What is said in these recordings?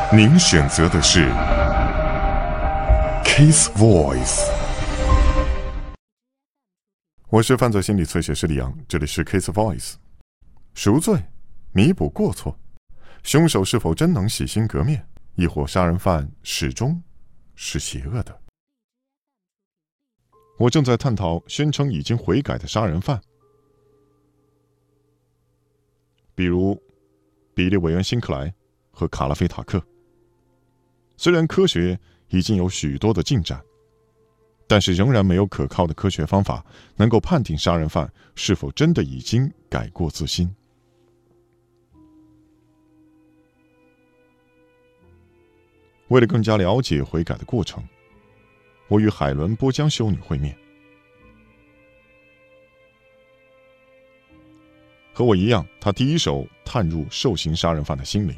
您选择的是 Case Voice。我是犯罪心理测写师李阳，这里是 Case Voice。赎罪、弥补过错，凶手是否真能洗心革面，亦或杀人犯始终是邪恶的？我正在探讨宣称已经悔改的杀人犯，比如比利·韦恩·辛克莱和卡拉菲塔克。虽然科学已经有许多的进展，但是仍然没有可靠的科学方法能够判定杀人犯是否真的已经改过自新。为了更加了解悔改的过程，我与海伦·波江修女会面。和我一样，她第一手探入受刑杀人犯的心灵。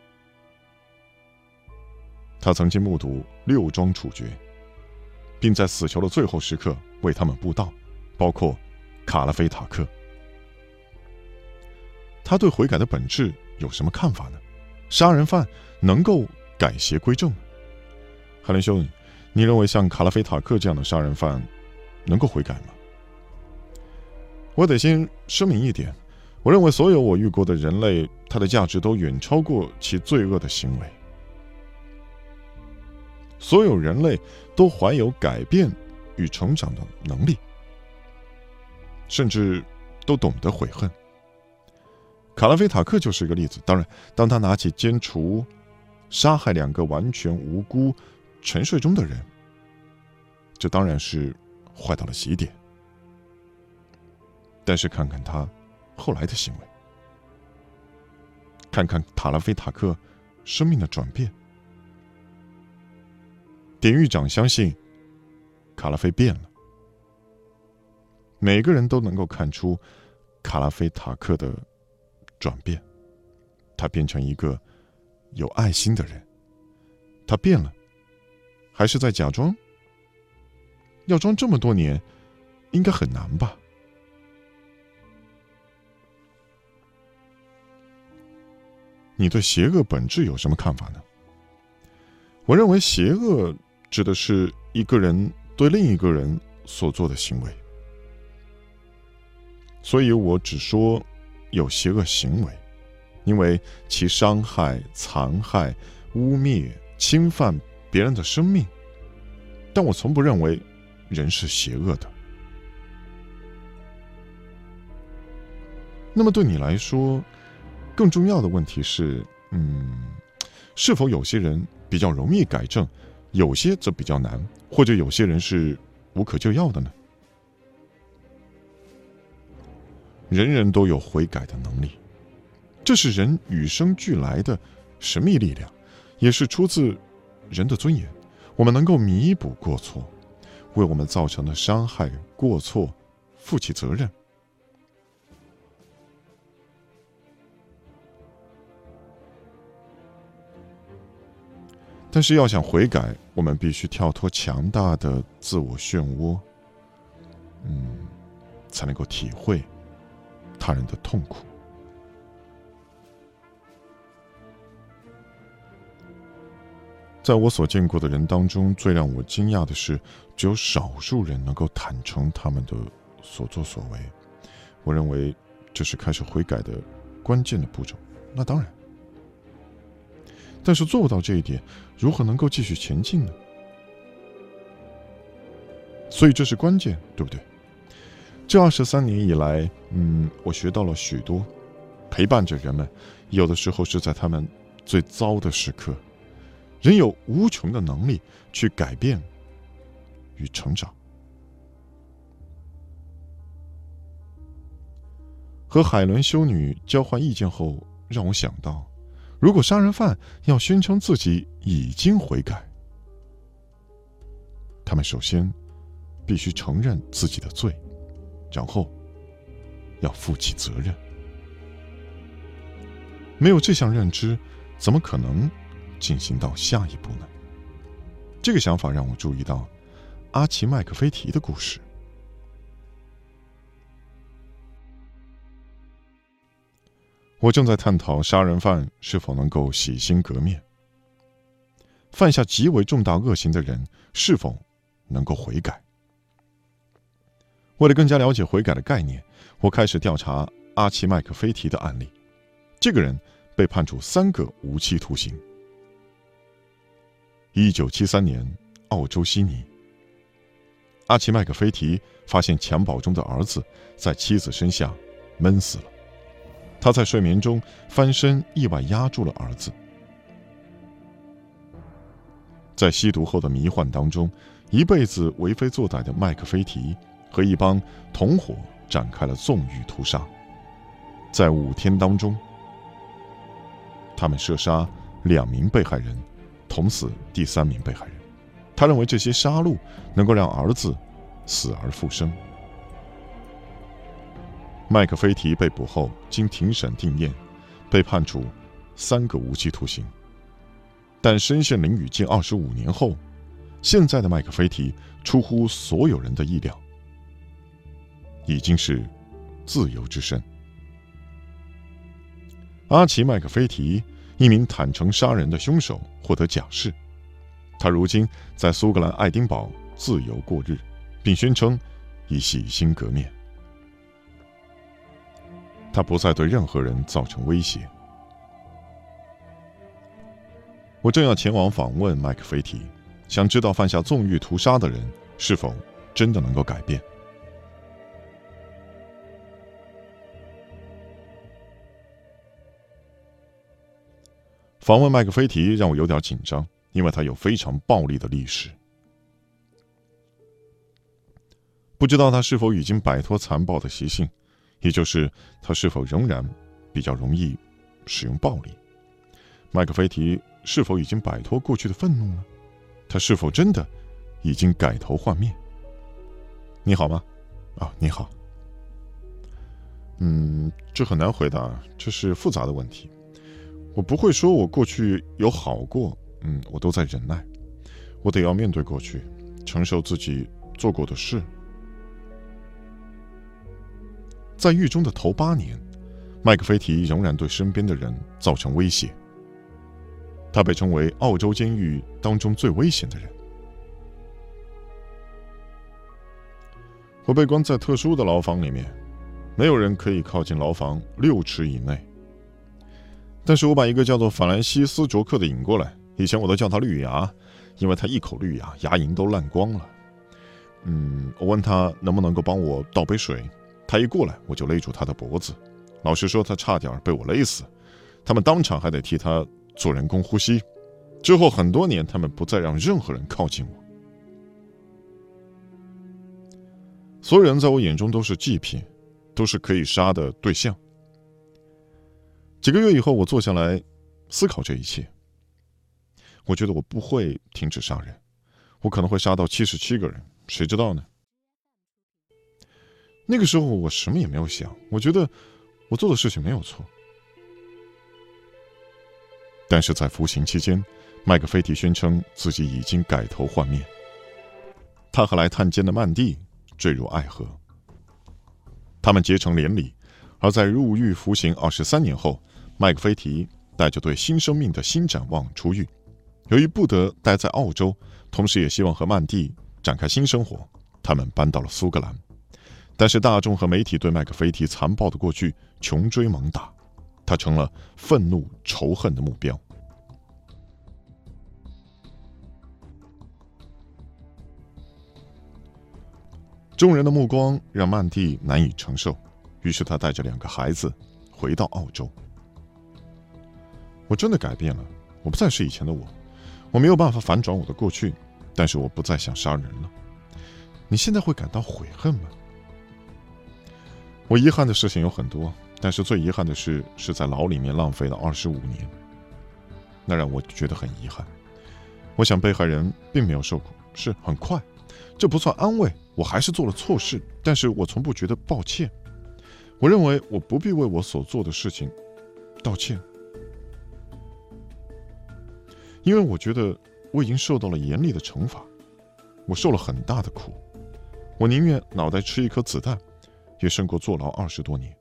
他曾经目睹6桩处决，并在死囚的最后时刻为他们布道，包括卡拉菲塔克。他对悔改的本质有什么看法呢？杀人犯能够改邪归正吗？海伦修女，你认为像卡拉菲塔克这样的杀人犯能够悔改吗？我得先声明一点，我认为所有我遇过的人类，他的价值都远超过其罪恶的行为。所有人类都怀有改变与成长的能力，甚至都懂得悔恨。卡拉菲塔克就是一个例子。当然，当他拿起尖锄杀害2个完全无辜沉睡中的人，这当然是坏到了极点。但是看看他后来的行为，看看卡拉菲塔克生命的转变。典狱长相信卡拉菲变了，每个人都能够看出卡拉菲塔克的转变，他变成一个有爱心的人。他变了，还是在假装？要装这么多年，应该很难吧？你对邪恶本质有什么看法呢？我认为邪恶指的是一个人对另一个人所做的行为，所以我只说有邪恶行为，因为其伤害、残害、污蔑、侵犯别人的生命，但我从不认为人是邪恶的。那么对你来说，更重要的问题是，是否有些人比较容易改正，有些则比较难，或者有些人是无可救药的呢？人人都有悔改的能力，这是人与生俱来的神秘力量，也是出自人的尊严。我们能够弥补过错，为我们造成的伤害、过错负起责任。但是要想悔改，我们必须跳脱强大的自我漩涡，才能够体会他人的痛苦。在我所见过的人当中，最让我惊讶的是，只有少数人能够坦诚他们的所作所为。我认为这是开始悔改的关键的步骤。那当然，但是做不到这一点，如何能够继续前进呢？所以这是关键，对不对？这23年以来，我学到了许多，陪伴着人们，有的时候是在他们最糟的时刻，人有无穷的能力去改变与成长。和海伦修女交换意见后，让我想到，如果杀人犯要宣称自己已经悔改，他们首先必须承认自己的罪，然后要负起责任。没有这项认知，怎么可能进行到下一步呢？这个想法让我注意到阿奇麦克菲提的故事。我正在探讨杀人犯是否能够洗心革面， 犯下极为重大恶行的人是否能够悔改。为了更加了解悔改的概念，我开始调查阿奇麦克菲提的案例。这个人被判处3个无期徒刑。1973年，澳洲悉尼，阿奇麦克菲提发现襁褓中的儿子在妻子身下闷死了，他在睡眠中翻身，意外压住了儿子。在吸毒后的迷幻当中，一辈子为非作歹的麦克菲提和一帮同伙展开了纵欲屠杀。在5天当中，他们射杀2名被害人，捅死第3名被害人。他认为这些杀戮能够让儿子死而复生。麦克菲提被捕后，经庭审定验，被判处3个无期徒刑。但身陷囹圄近25年后，现在的麦克菲提出乎所有人的意料，已经是自由之身。阿奇麦克菲提，一名坦诚杀人的凶手，获得假释。他如今在苏格兰爱丁堡自由过日，并宣称已洗心革面。他不再对任何人造成威胁。我正要前往访问麦克菲提，想知道犯下纵欲屠杀的人是否真的能够改变。访问麦克菲提让我有点紧张，因为他有非常暴力的历史。不知道他是否已经摆脱残暴的习性，也就是他是否仍然比较容易使用暴力。麦克菲提是否已经摆脱过去的愤怒呢？他是否真的已经改头换面？你好吗？你好。这很难回答，这是复杂的问题。我不会说我过去有好过，我都在忍耐，我得要面对过去，承受自己做过的事。在狱中的头8年，麦克菲提仍然对身边的人造成威胁。他被称为澳洲监狱当中最危险的人。我被关在特殊的牢房里面，没有人可以靠近牢房6尺以内。但是我把一个叫做法兰西斯·卓克的引过来，以前我都叫他绿牙，因为他一口绿牙，牙龈都烂光了。我问他能不能够帮我倒杯水，他一过来我就勒住他的脖子，老实说他差点被我勒死，他们当场还得替他做人工呼吸。之后很多年，他们不再让任何人靠近我。所有人在我眼中都是祭品，都是可以杀的对象。几个月以后，我坐下来思考这一切。我觉得我不会停止杀人，我可能会杀到77个人，谁知道呢？那个时候我什么也没有想，我觉得我做的事情没有错。但是在服刑期间，麦克菲提宣称自己已经改头换面。他和来探监的曼蒂坠入爱河，他们结成连理。而在入狱服刑23年后，麦克菲提带着对新生命的新展望出狱。由于不得待在澳洲，同时也希望和曼蒂展开新生活，他们搬到了苏格兰。但是大众和媒体对麦克菲提残暴的过去穷追猛打，他成了愤怒仇恨的目标。众人的目光让曼蒂难以承受，于是他带着2个孩子回到澳洲。我真的改变了，我不再是以前的我没有办法反转我的过去，但是我不再想杀人了。你现在会感到悔恨吗？我遗憾的事情有很多，但是最遗憾的是在牢里面浪费了25年，那让我觉得很遗憾。我想被害人并没有受苦，是很快，这不算安慰，我还是做了错事，但是我从不觉得抱歉。我认为我不必为我所做的事情道歉，因为我觉得我已经受到了严厉的惩罚，我受了很大的苦，我宁愿脑袋吃一颗子弹，也胜过坐牢20多年。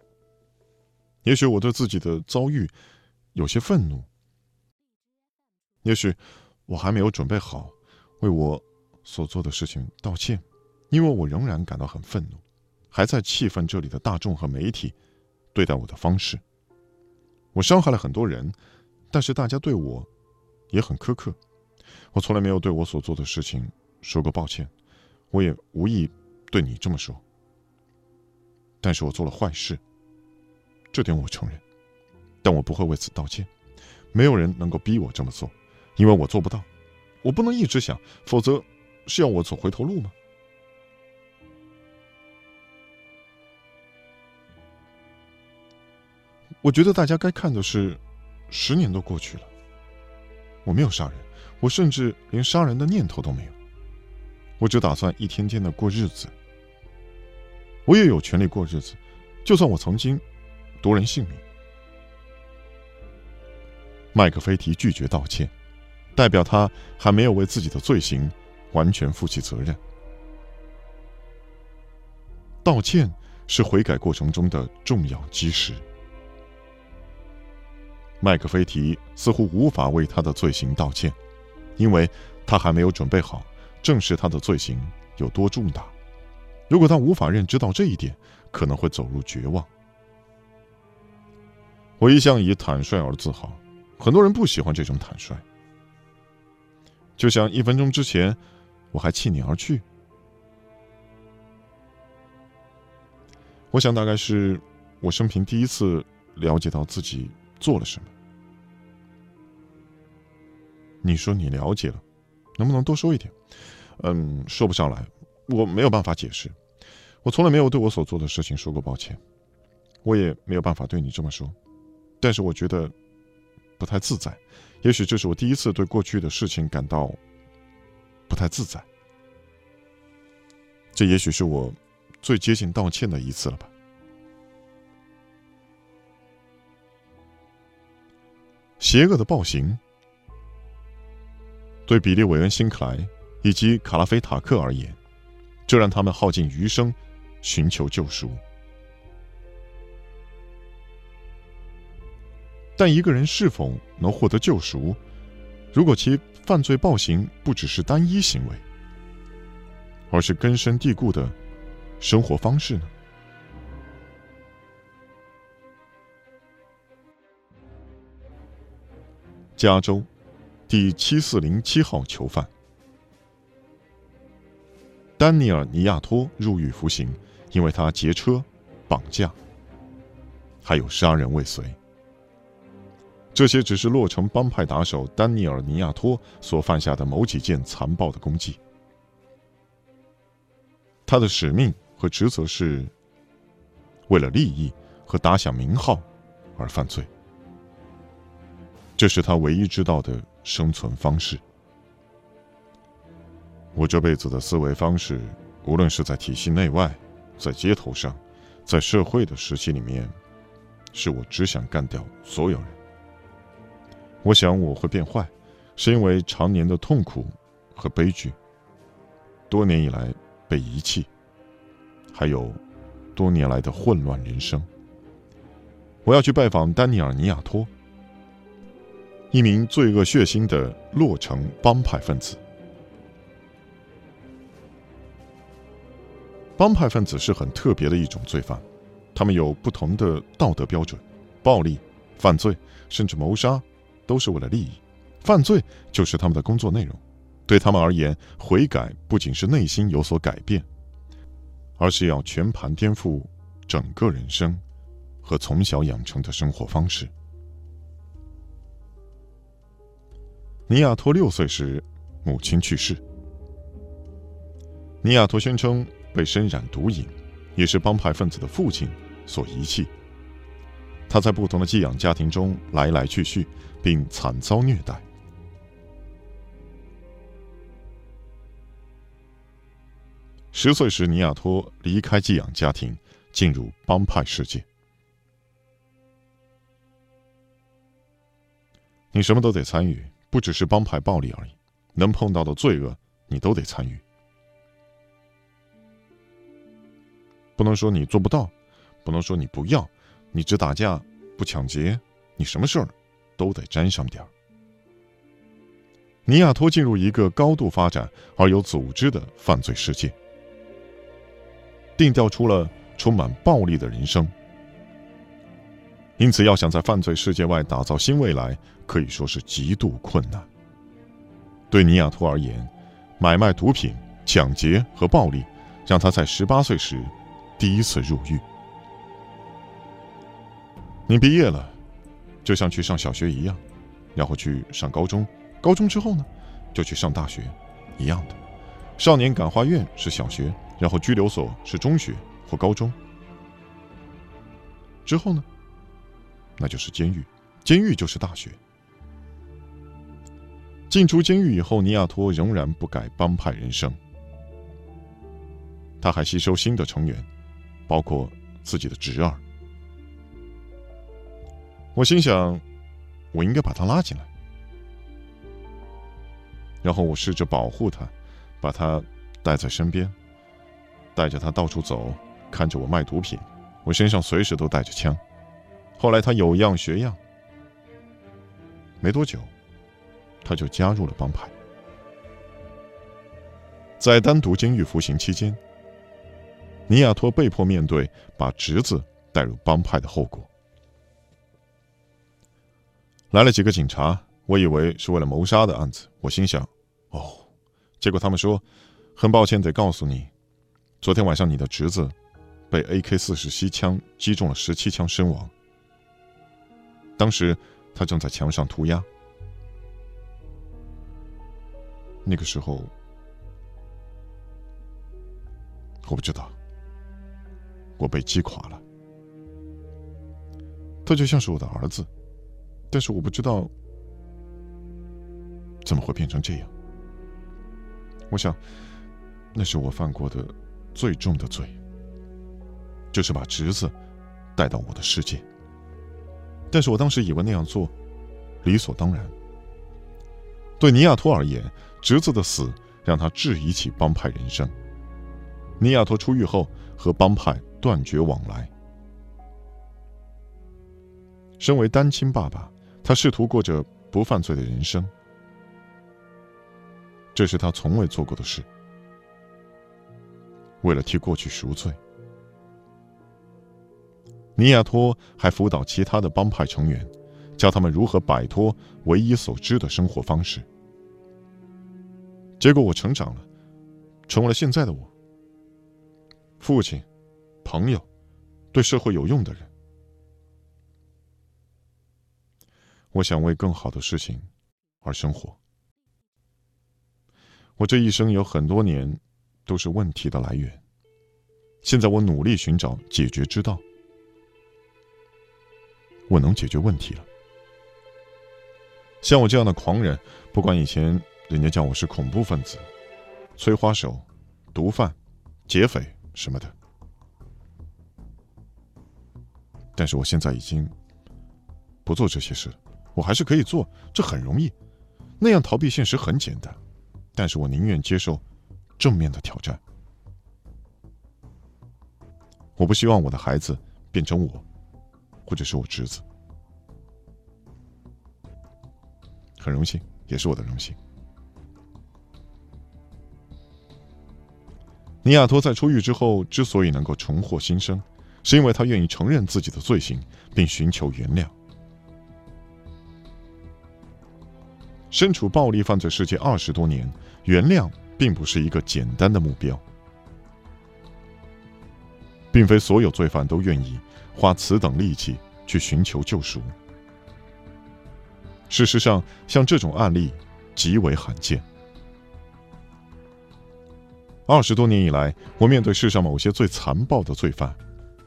也许我对自己的遭遇有些愤怒， 也许我还没有准备好为我所做的事情道歉，因为我仍然感到很愤怒，还在气愤这里的大众和媒体对待我的方式。我伤害了很多人，但是大家对我也很苛刻。我从来没有对我所做的事情说过抱歉，我也无意对你这么说。但是我做了坏事，这点我承认，但我不会为此道歉。没有人能够逼我这么做，因为我做不到。我不能一直想，否则是要我走回头路吗？我觉得大家该看的是，10年都过去了，我没有杀人，我甚至连杀人的念头都没有。我只打算一天天的过日子。我也有权利过日子，就算我曾经夺人性命。麦克菲提拒绝道歉，代表他还没有为自己的罪行完全负起责任。道歉是悔改过程中的重要基石。麦克菲提似乎无法为他的罪行道歉，因为他还没有准备好正视他的罪行有多重大。如果他无法认知到这一点，可能会走入绝望。我一向以坦率而自豪，很多人不喜欢这种坦率。就像1分钟之前，我还弃你而去。我想大概是我生平第一次了解到自己做了什么。你说你了解了，能不能多说一点？说不上来，我没有办法解释。我从来没有对我所做的事情说过抱歉，我也没有办法对你这么说。但是我觉得不太自在，也许这是我第一次对过去的事情感到不太自在。这也许是我最接近道歉的一次了吧。邪恶的暴行对比利·韦恩·辛克莱以及卡拉菲塔克而言，这让他们耗尽余生寻求救赎。但一个人是否能获得救赎，如果其犯罪暴行不只是单一行为，而是根深蒂固的生活方式呢？加州第7407号囚犯丹尼尔·尼亚托入狱服刑，因为他劫车、绑架，还有杀人未遂。这些只是洛城帮派打手丹尼尔·尼亚托所犯下的某几件残暴的功绩。他的使命和职责是为了利益和打响名号而犯罪，这是他唯一知道的生存方式。我这辈子的思维方式，无论是在体系内外，在街头上，在社会的时期里面，是我只想干掉所有人。我想我会变坏，是因为常年的痛苦和悲剧，多年以来被遗弃，还有多年来的混乱人生。我要去拜访丹尼尔·尼亚托，一名罪恶血腥的洛城帮派分子。帮派分子是很特别的一种罪犯，他们有不同的道德标准，暴力、犯罪，甚至谋杀，都是为了利益。犯罪就是他们的工作内容。对他们而言，悔改不仅是内心有所改变，而是要全盘颠覆整个人生和从小养成的生活方式。尼亚托6岁时，母亲去世。尼亚托宣称被身染毒瘾，也是帮派分子的父亲所遗弃。他在不同的寄养家庭中来来去去，并惨遭虐待。10岁时，尼亚托离开寄养家庭，进入帮派世界。你什么都得参与，不只是帮派暴力而已，能碰到的罪恶你都得参与。不能说你做不到，不能说你不要，你只打架不抢劫，你什么事儿都得沾上点儿。 尼亚托进入一个高度发展而有组织的犯罪世界，定调出了充满暴力的人生。因此，要想在犯罪世界外打造新未来，可以说是极度困难。对尼亚托而言，买卖毒品、抢劫和暴力让他在18岁时第一次入狱。你毕业了，就像去上小学一样，然后去上高中，高中之后呢，就去上大学，一样的。少年感化院是小学，然后拘留所是中学或高中。之后呢，那就是监狱，监狱就是大学。进出监狱以后，尼亚托仍然不改帮派人生，他还吸收新的成员，包括自己的侄儿。我心想，我应该把他拉进来，然后我试着保护他，把他带在身边，带着他到处走，看着我卖毒品，我身上随时都带着枪。后来他有样学样，没多久他就加入了帮派。在单独监狱服刑期间，尼亚托被迫面对把侄子带入帮派的后果。来了几个警察，我以为是为了谋杀的案子，我心想，结果他们说，很抱歉得告诉你，昨天晚上你的侄子被 AK-47 枪击中了17枪身亡。当时他正在墙上涂鸦。那个时候我不知道，我被击垮了。他就像是我的儿子，但是我不知道怎么会变成这样。我想那是我犯过的最重的罪，就是把侄子带到我的世界。但是我当时以为那样做理所当然。对尼亚托而言，侄子的死让他质疑起帮派人生。尼亚托出狱后和帮派断绝往来。身为单亲爸爸，他试图过着不犯罪的人生，这是他从未做过的事。为了替过去赎罪，尼亚托还辅导其他的帮派成员，教他们如何摆脱唯一所知的生活方式。结果我成长了，成为了现在的我，父亲、朋友，对社会有用的人。我想为更好的事情而生活。我这一生有很多年都是问题的来源，现在我努力寻找解决之道。我能解决问题了。像我这样的狂人，不管以前人家叫我是恐怖分子、催花手、毒贩、劫匪什么的，但是我现在已经不做这些事了。我还是可以做，这很容易，那样逃避现实很简单，但是我宁愿接受正面的挑战。我不希望我的孩子变成我，或者是我侄子。很荣幸，也是我的荣幸。尼亚托在出狱之后之所以能够重获新生，是因为他愿意承认自己的罪行，并寻求原谅。身处暴力犯罪世界20多年，原谅并不是一个简单的目标。并非所有罪犯都愿意花此等力气去寻求救赎。事实上，像这种案例极为罕见。20多年以来，我面对世上某些最残暴的罪犯，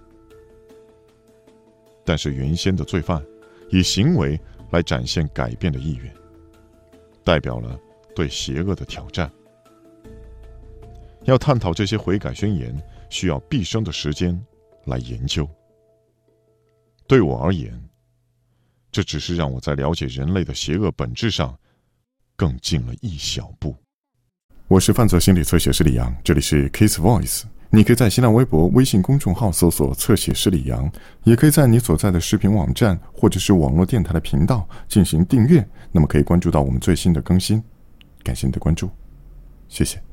但是原先的罪犯以行为来展现改变的意愿，代表了对邪恶的挑战。要探讨这些悔改宣言，需要毕生的时间来研究。对我而言，这只是让我在了解人类的邪恶本质上更进了一小步。我是犯罪心理侧写师李阳，这里是 Case Voice。你可以在新浪微博、微信公众号搜索侧写师李阳，也可以在你所在的视频网站或者是网络电台的频道进行订阅，那么可以关注到我们最新的更新。 感谢你的关注，谢谢。